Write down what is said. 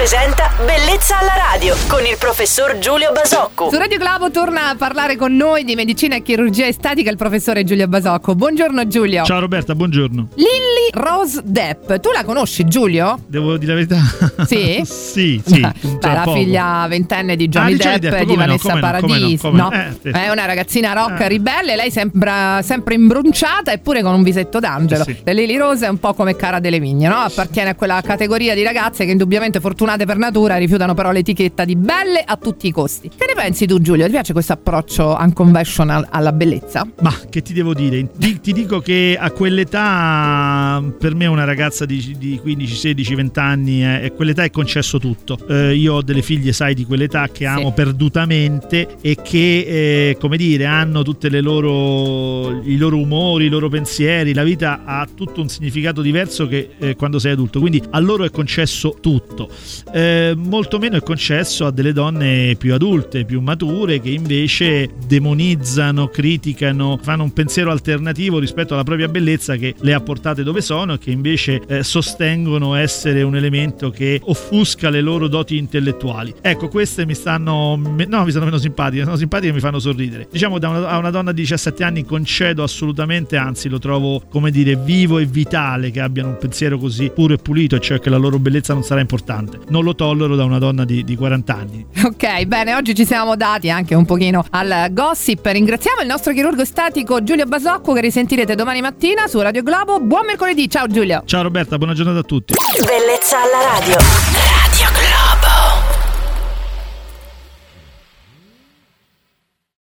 presenta Bellezza alla radio con il professor Giulio Basocco. Su Radio Globo torna a parlare con noi di medicina e chirurgia estetica il professore Giulio Basocco. Buongiorno Giulio. Ciao Roberta, buongiorno. Lily Rose Depp, tu la conosci Giulio? Devo dire la verità? Sì? Sì. La figlia ventenne di Johnny Depp, di Vanessa Paradis. No, è una ragazzina rock ribelle, lei sembra sempre imbronciata eppure con un visetto d'angelo. Sì. Lily Rose è un po' come Cara Delevingne, no? Appartiene a quella categoria di ragazze che indubbiamente fortunate per natura rifiutano però l'etichetta di belle a tutti i costi. Che ne pensi tu Giulio? Ti piace questo approccio unconventional alla bellezza? Ma che ti devo dire? Ti dico che a quell'età, per me una ragazza di 15, 16, 20 anni a quell'età è concesso tutto. Io ho delle figlie, sai, di quell'età che amo perdutamente e che come dire, hanno tutte i loro umori, i loro pensieri. La vita ha tutto un significato diverso che quando sei adulto, quindi a loro è concesso tutto. Molto meno è concesso a delle donne più adulte, più mature, che invece demonizzano, criticano, fanno un pensiero alternativo rispetto alla propria bellezza che le ha portate dove sono e che invece sostengono essere un elemento che offusca le loro doti intellettuali. Ecco, queste mi stanno meno simpatiche, sono simpatiche e mi fanno sorridere. Diciamo, a una donna di 17 anni concedo assolutamente, anzi lo trovo, come dire, vivo e vitale che abbiano un pensiero così puro e pulito, cioè che la loro bellezza non sarà importante. Non lo tollero da una donna di 40 anni. Ok, bene, oggi ci siamo dati anche un pochino al gossip. Ringraziamo il nostro chirurgo estetico Giulio Basocco, che risentirete domani mattina su Radio Globo. Buon mercoledì, ciao Giulio. Ciao Roberta, buona giornata a tutti. Bellezza alla radio.